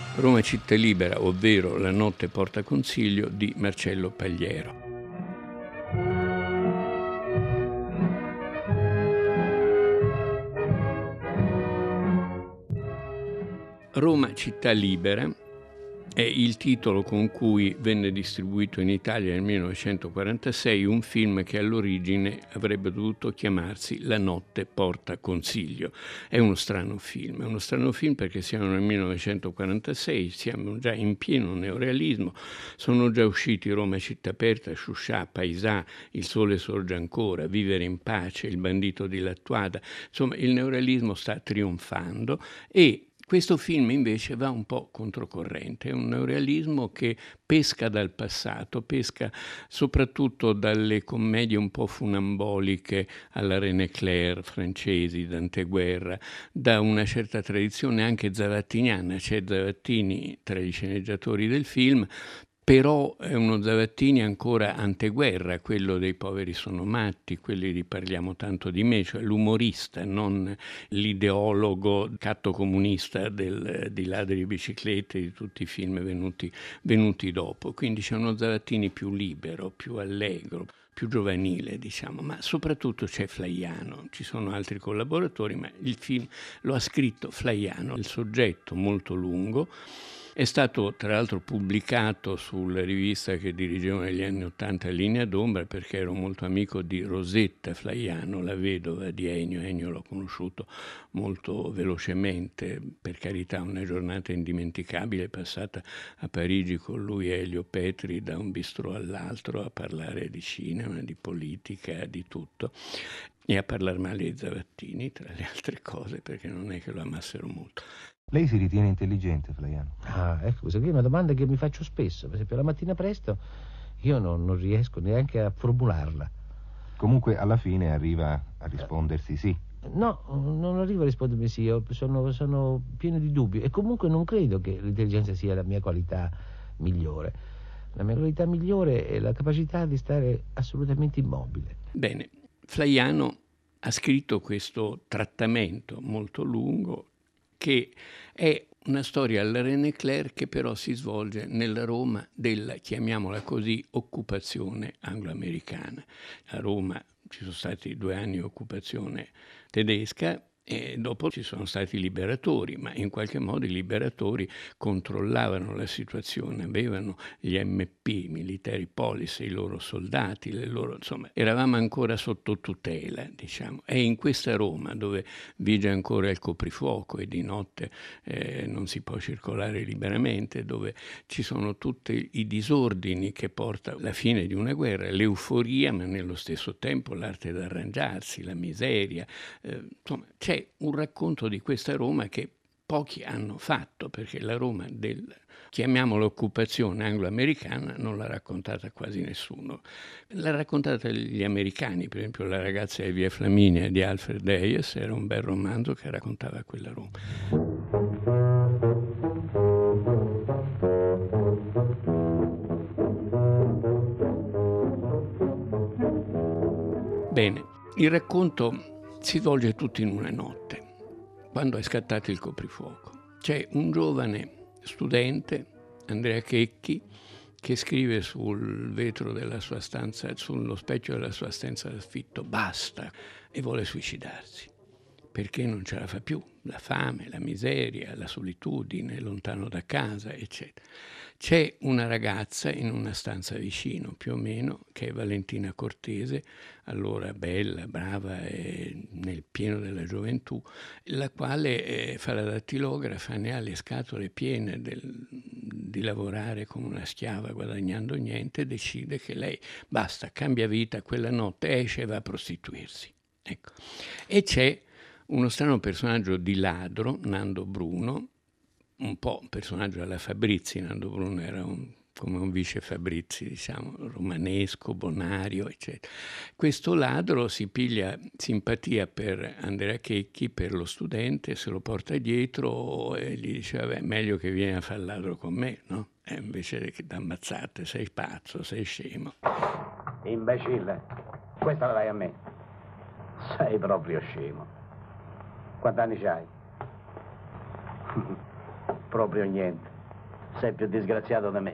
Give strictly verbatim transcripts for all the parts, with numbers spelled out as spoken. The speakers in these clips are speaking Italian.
Roma città libera, ovvero La notte porta consiglio di Marcello Pagliero. Roma città libera è il titolo con cui venne distribuito in Italia nel millenovecentoquarantasei un film che all'origine avrebbe dovuto chiamarsi La notte porta consiglio. È uno strano film, è uno strano film perché siamo nel millenovecentoquarantasei, siamo già in pieno neorealismo, sono già usciti Roma città aperta, Sciuscià, Paesà, Il sole sorge ancora, Vivere in pace, Il bandito di Lattuada, insomma il neorealismo sta trionfando e questo film invece va un po' controcorrente, è un neorealismo che pesca dal passato, pesca soprattutto dalle commedie un po' funamboliche alla René Clair, francesi, Dante Guerra, da una certa tradizione anche zavattiniana, c'è Zavattini tra i sceneggiatori del film, però è uno Zavattini ancora anteguerra, quello dei poveri sono matti, quelli di Parliamo tanto di me, cioè l'umorista, non l'ideologo catto comunista del, di Ladri di biciclette, di tutti i film venuti, venuti dopo. Quindi c'è uno Zavattini più libero, più allegro, più giovanile, diciamo, ma soprattutto c'è Flaiano, ci sono altri collaboratori, ma il film lo ha scritto Flaiano, il soggetto molto lungo. È stato tra l'altro pubblicato sulla rivista che dirigevo negli anni Ottanta, Linea d'Ombra, perché ero molto amico di Rosetta Flaiano, la vedova di Ennio. Ennio l'ho conosciuto molto velocemente, per carità una giornata indimenticabile passata a Parigi con lui e Elio Petri da un bistrò all'altro a parlare di cinema, di politica, di tutto e a parlare male di Zavattini, tra le altre cose, perché non è che lo amassero molto. Lei si ritiene intelligente, Flaiano? Ah, ecco, questa qui è una domanda che mi faccio spesso. Per esempio, la mattina presto io non, non riesco neanche a formularla. Comunque, alla fine arriva a rispondersi sì. No, non arrivo a rispondermi sì, io sono, sono pieno di dubbi e comunque non credo che l'intelligenza sia la mia qualità migliore. La mia qualità migliore è la capacità di stare assolutamente immobile. Bene, Flaiano ha scritto questo trattamento molto lungo che è una storia alla René Clair che però si svolge nella Roma della, chiamiamola così, occupazione anglo-americana. A Roma ci sono stati due anni di occupazione tedesca e dopo ci sono stati i liberatori, ma in qualche modo i liberatori controllavano la situazione, avevano gli M P, military police, i loro soldati, le loro, insomma, eravamo ancora sotto tutela, diciamo. È in questa Roma dove vige ancora il coprifuoco e di notte eh, non si può circolare liberamente, dove ci sono tutti i disordini che porta alla fine di una guerra, l'euforia, ma nello stesso tempo l'arte d'arrangiarsi, la miseria, eh, insomma, c'è un racconto di questa Roma che pochi hanno fatto, perché la Roma del, chiamiamola occupazione anglo-americana, non l'ha raccontata quasi nessuno. L'ha raccontata gli americani, per esempio La ragazza di via Flaminia di Alfred Hayes, era un bel romanzo che raccontava quella Roma. Bene, il racconto si svolge tutto in una notte, quando è scattato il coprifuoco. C'è un giovane studente, Andrea Checchi, che scrive sul vetro della sua stanza, sullo specchio della sua stanza d'affitto, basta, e vuole suicidarsi, perché non ce la fa più, la fame, la miseria, la solitudine, lontano da casa, eccetera. C'è una ragazza in una stanza vicino, più o meno, che è Valentina Cortese, allora bella, brava e nel pieno della gioventù, la quale eh, fa la dattilografa, ne ha le scatole piene del, di lavorare come una schiava guadagnando niente, decide che lei basta, cambia vita, quella notte esce e va a prostituirsi. Ecco. E c'è uno strano personaggio di ladro, Nando Bruno, un po' un personaggio alla Fabrizi. Nando Bruno era un, come un vice Fabrizi, diciamo, romanesco, bonario, eccetera. Questo ladro si piglia simpatia per Andrea Checchi, per lo studente, se lo porta dietro e gli dice, vabbè, meglio che vieni a fare ladro con me, no? E invece che d'ammazzate, sei pazzo, sei scemo. Imbecille, questa la dai a me. Sei proprio scemo. Quanti anni c'hai? Proprio niente. Sei più disgraziato di me.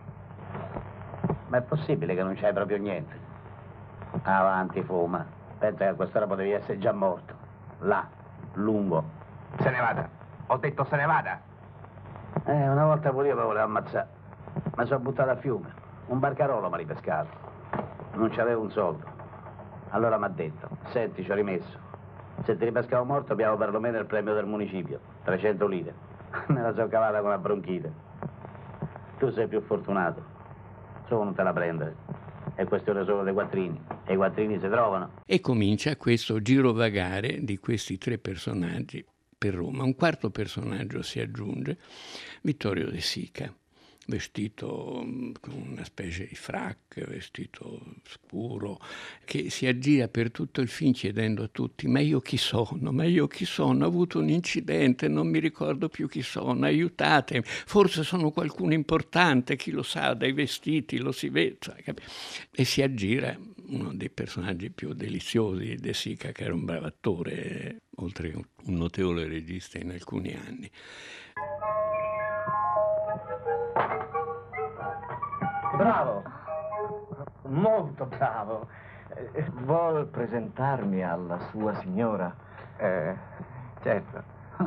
Ma è possibile che non c'hai proprio niente? Avanti, fuma. Pensa che a quest'ora potevi essere già morto. Là, lungo. Se ne vada. Ho detto se ne vada. Eh, una volta pure io mi volevo ammazzare. Mi sono buttato al fiume. Un barcarolo mi ha ripescato. Non c'avevo un soldo. Allora mi ha detto, senti, ci ho rimesso. Se ti ripescavo morto abbiamo perlomeno il premio del municipio, trecento lire. Me la sono cavata con la bronchite. Tu sei più fortunato. Solo non te la prendere. È questione solo dei quattrini. E i quattrini si trovano. E comincia questo girovagare di questi tre personaggi per Roma. Un quarto personaggio si aggiunge, Vittorio De Sica, vestito con una specie di frac, vestito scuro, che si aggira per tutto il film chiedendo a tutti: ma io chi sono? Ma io chi sono? Ho avuto un incidente, non mi ricordo più chi sono, aiutatemi, forse sono qualcuno importante, chi lo sa, dai vestiti lo si vede. E si aggira, uno dei personaggi più deliziosi di De Sica, che era un bravo attore, oltre che un notevole regista in alcuni anni. Bravo, molto bravo. Eh, vuol presentarmi alla sua signora? Eh, certo.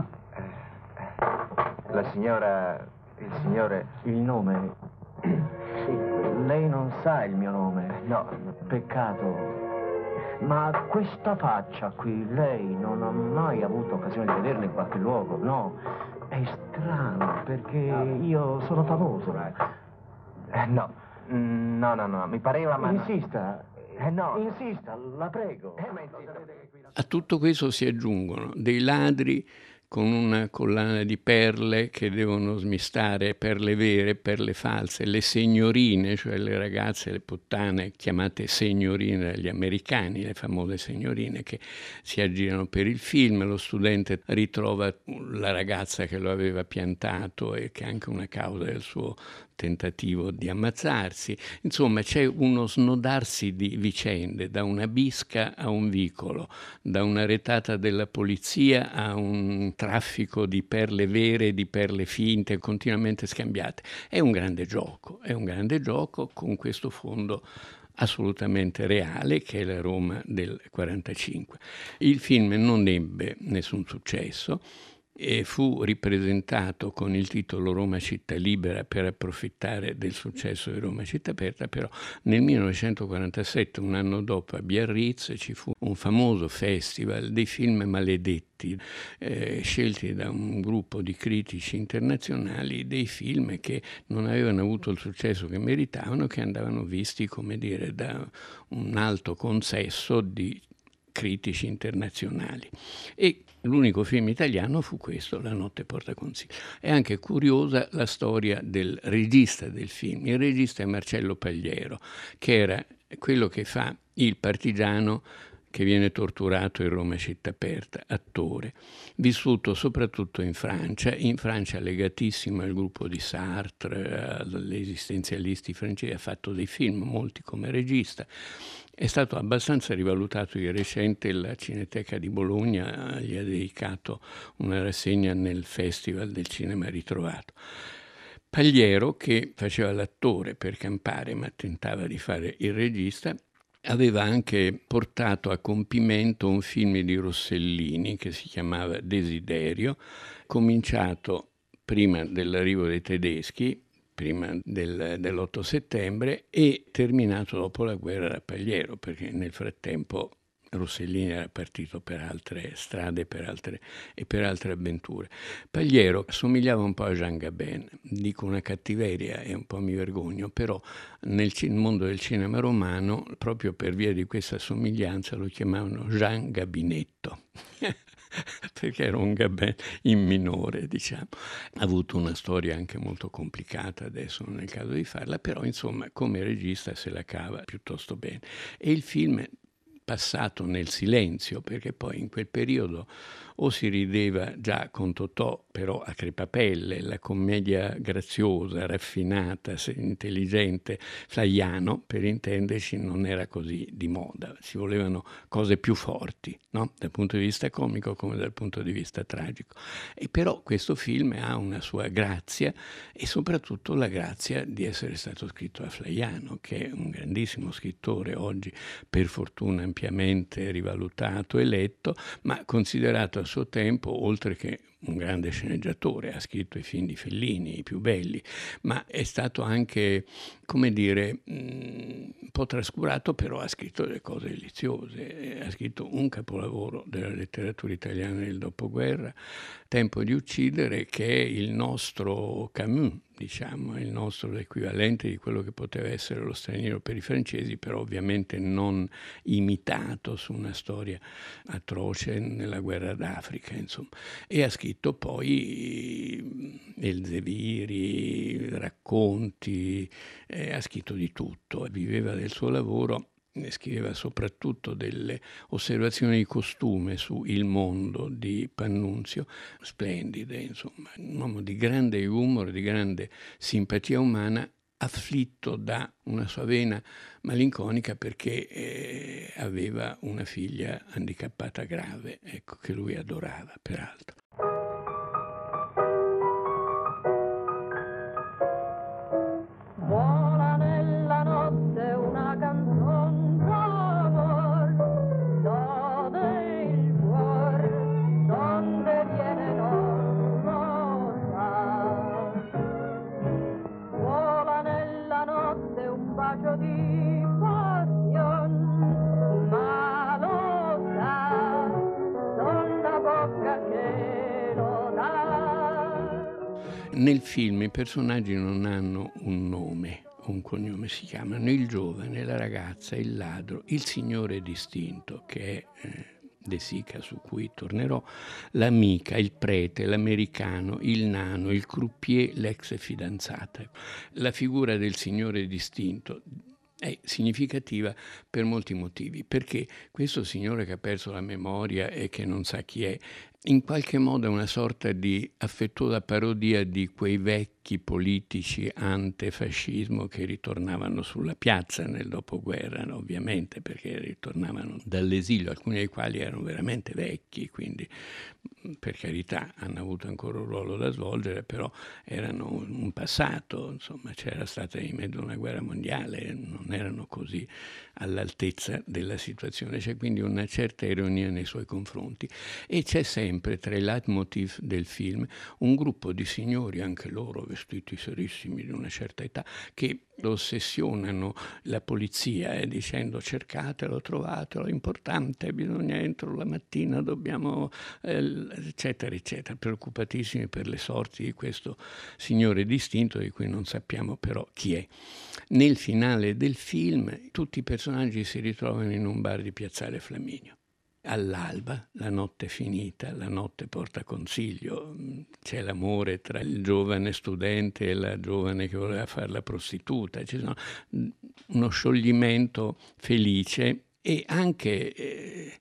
Eh, la signora... il signore... Il nome? Sì, lei non sa il mio nome. No. Peccato. Ma questa faccia qui, lei non ha mai avuto occasione di vederla in qualche luogo, no? È strano, perché io sono famoso. Eh, no. No, no, no, mi pareva, ma... Insista. Eh, no. Insista, la prego. Eh, ma insista. A tutto questo si aggiungono dei ladri con una collana di perle che devono smistare, perle vere, perle false, le signorine, cioè le ragazze, le puttane chiamate signorine dagli americani, le famose signorine che si aggirano per il film. Lo studente ritrova la ragazza che lo aveva piantato e che è anche una causa del suo tentativo di ammazzarsi. Insomma, c'è uno snodarsi di vicende, da una bisca a un vicolo, da una retata della polizia a un traffico di perle vere e di perle finte, continuamente scambiate. È un grande gioco, è un grande gioco con questo fondo assolutamente reale, che è la Roma del quarantacinque. Il film non ebbe nessun successo e fu ripresentato con il titolo Roma città libera per approfittare del successo di Roma città aperta, però nel millenovecentoquarantasette, un anno dopo, a Biarritz ci fu un famoso festival dei film maledetti, eh, scelti da un gruppo di critici internazionali, dei film che non avevano avuto il successo che meritavano, che andavano visti, come dire, da un alto consesso di critici internazionali. E l'unico film italiano fu questo, La notte porta consiglio. È anche curiosa la storia del regista del film. Il regista è Marcello Pagliero, che era quello che fa il partigiano che viene torturato in Roma città aperta, attore, vissuto soprattutto in Francia, in Francia legatissimo al gruppo di Sartre, agli esistenzialisti francesi, ha fatto dei film, molti come regista. È stato abbastanza rivalutato di recente, la Cineteca di Bologna gli ha dedicato una rassegna nel Festival del Cinema Ritrovato. Pagliero, che faceva l'attore per campare ma tentava di fare il regista, aveva anche portato a compimento un film di Rossellini che si chiamava Desiderio, cominciato prima dell'arrivo dei tedeschi, prima del, dell'otto settembre, e terminato dopo la guerra da Pagliero, perché nel frattempo Rossellini era partito per altre strade per altre, e per altre avventure. Pagliero somigliava un po' a Jean Gabin, dico una cattiveria e un po' mi vergogno, però nel mondo del cinema romano, proprio per via di questa somiglianza, lo chiamavano Jean Gabinetto. Perché era un Gabin in minore, diciamo. Ha avuto una storia anche molto complicata, adesso non è il caso di farla, però insomma come regista se la cava piuttosto bene. E il film, passato nel silenzio, perché poi in quel periodo o si rideva già con Totò, però a crepapelle, la commedia graziosa, raffinata, intelligente, Flaiano, per intenderci, non era così di moda, si volevano cose più forti, no? Dal punto di vista comico come dal punto di vista tragico. E però questo film ha una sua grazia e soprattutto la grazia di essere stato scritto da Flaiano, che è un grandissimo scrittore, oggi per fortuna ampiamente rivalutato e letto, ma considerato a suo tempo, oltre che un grande sceneggiatore, ha scritto i film di Fellini, i più belli, ma è stato anche, come dire, un po' trascurato, però ha scritto delle cose deliziose, ha scritto un capolavoro della letteratura italiana del dopoguerra, Tempo di uccidere, che è il nostro Camus, diciamo, il nostro equivalente di quello che poteva essere Lo straniero per i francesi, però ovviamente non imitato su una storia atroce nella guerra d'Africa, insomma. E ha scritto poi Elzeviri, racconti, eh, ha scritto di tutto, viveva del suo lavoro. Scriveva soprattutto delle osservazioni di costume su Il Mondo di Pannunzio, splendide, insomma, un uomo di grande humor, di grande simpatia umana, afflitto da una sua vena malinconica perché eh, aveva una figlia handicappata grave, ecco, che lui adorava, peraltro. Vola nella notte una canzone d'amor, dove il cuore, donde viene non lo sa. Vola nella notte un bacio di passione, ma lo sa, son la bocca che lo dà. Nel film i personaggi non hanno un nome, un cognome, si chiamano il giovane, la ragazza, il ladro, il signore distinto, che è eh, De Sica, su cui tornerò, l'amica, il prete, l'americano, il nano, il croupier, l'ex fidanzata. La figura del signore distinto è significativa per molti motivi, perché questo signore che ha perso la memoria e che non sa chi è, in qualche modo è una sorta di affettuosa parodia di quei vecchi politici antifascismo che ritornavano sulla piazza nel dopoguerra, no? Ovviamente perché ritornavano dall'esilio, alcuni dei quali erano veramente vecchi, quindi per carità hanno avuto ancora un ruolo da svolgere, però erano un passato, insomma c'era stata in mezzo una guerra mondiale, non erano così all'altezza della situazione, c'è quindi una certa ironia nei suoi confronti e c'è sempre tra i leitmotiv del film un gruppo di signori, anche loro vestiti serissimi di una certa età, che lo ossessionano la polizia eh, dicendo cercatelo, trovatelo, è importante, bisogna entro la mattina, dobbiamo eh, eccetera eccetera, preoccupatissimi per le sorti di questo signore distinto di cui non sappiamo però chi è. Nel finale del film tutti i personaggi si ritrovano in un bar di Piazzale Flaminio. All'alba, la notte è finita, la notte porta consiglio, c'è l'amore tra il giovane studente e la giovane che voleva fare la prostituta, c'è uno scioglimento felice e anche eh,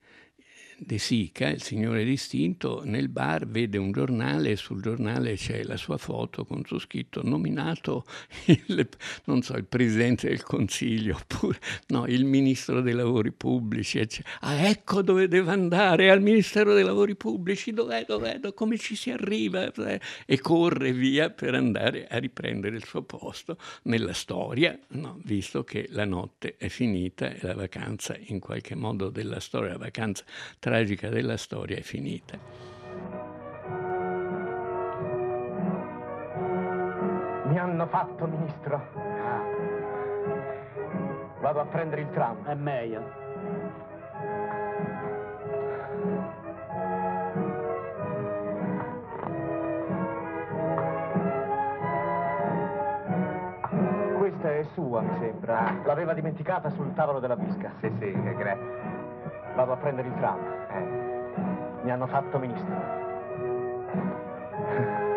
De Sica, il signore distinto, nel bar vede un giornale e sul giornale c'è la sua foto con su scritto nominato il, non so, il presidente del consiglio oppure no, il ministro dei lavori pubblici. Eccetera. Ah, ecco dove deve andare, al ministero dei lavori pubblici, dov'è, dov'è, come ci si arriva? E corre via per andare a riprendere il suo posto nella storia, no? Visto che la notte è finita e la vacanza in qualche modo della storia, la vacanza tragica della storia è finita. Mi hanno fatto, ministro. Vado a prendere il tram. È meglio. Questa è sua, mi sembra. L'aveva dimenticata sul tavolo della bisca. Sì, sì, grazie. Vado a prendere il tram. Eh. Mi hanno fatto ministro.